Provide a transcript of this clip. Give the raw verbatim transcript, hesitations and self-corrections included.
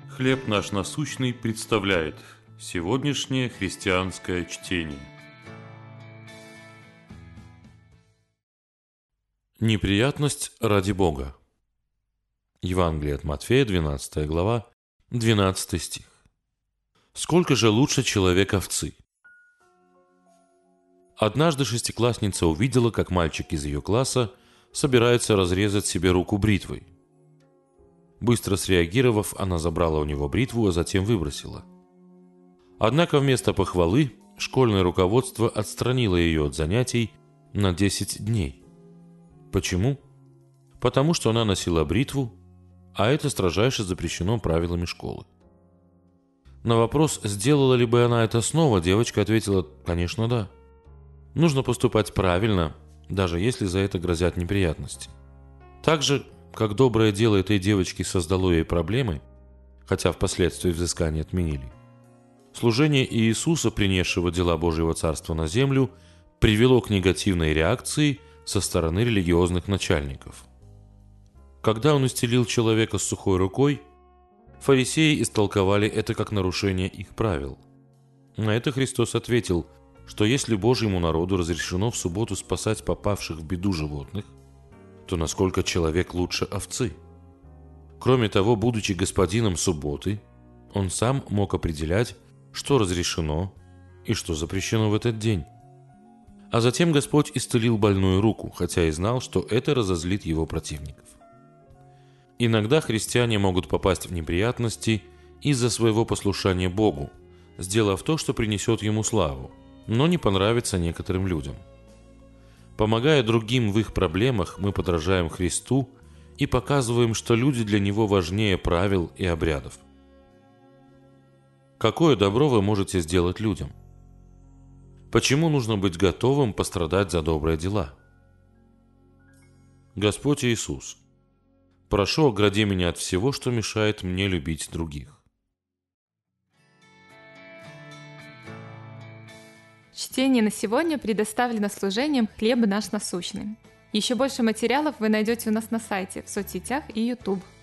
«Хлеб наш насущный» представляет сегодняшнее христианское чтение. Неприятность ради Бога. Евангелие от Матфея, двенадцатая глава, двенадцатый стих. «Сколько же лучше человек овцы?» Однажды шестиклассница увидела, как мальчик из ее класса собирается разрезать себе руку бритвой. Быстро среагировав, она забрала у него бритву, а затем выбросила. Однако вместо похвалы школьное руководство отстранило ее от занятий на десять дней. Почему? Потому что она носила бритву, а это строжайше запрещено правилами школы. На вопрос, сделала ли бы она это снова, девочка ответила: «Конечно, да. Нужно поступать правильно, даже если за это грозят неприятности». Так же, как доброе дело этой девочки создало ей проблемы, хотя впоследствии взыскание отменили, служение Иисуса, принесшего дела Божьего Царства на землю, привело к негативной реакции со стороны религиозных начальников. Когда он исцелил человека с сухой рукой, фарисеи истолковали это как нарушение их правил. На это Христос ответил, что если Божьему народу разрешено в субботу спасать попавших в беду животных, то насколько человек лучше овцы? Кроме того, будучи господином субботы, он сам мог определять, что разрешено и что запрещено в этот день. А затем Господь исцелил больную руку, хотя и знал, что это разозлит его противников. Иногда христиане могут попасть в неприятности из-за своего послушания Богу, сделав то, что принесет ему славу, но не понравится некоторым людям. Помогая другим в их проблемах, мы подражаем Христу и показываем, что люди для Него важнее правил и обрядов. Какое добро вы можете сделать людям? Почему нужно быть готовым пострадать за добрые дела? Господь Иисус, прошу, огради меня от всего, что мешает мне любить других. Чтение на сегодня предоставлено служением «Хлеб наш насущный». Еще больше материалов вы найдете у нас на сайте, в соцсетях и YouTube.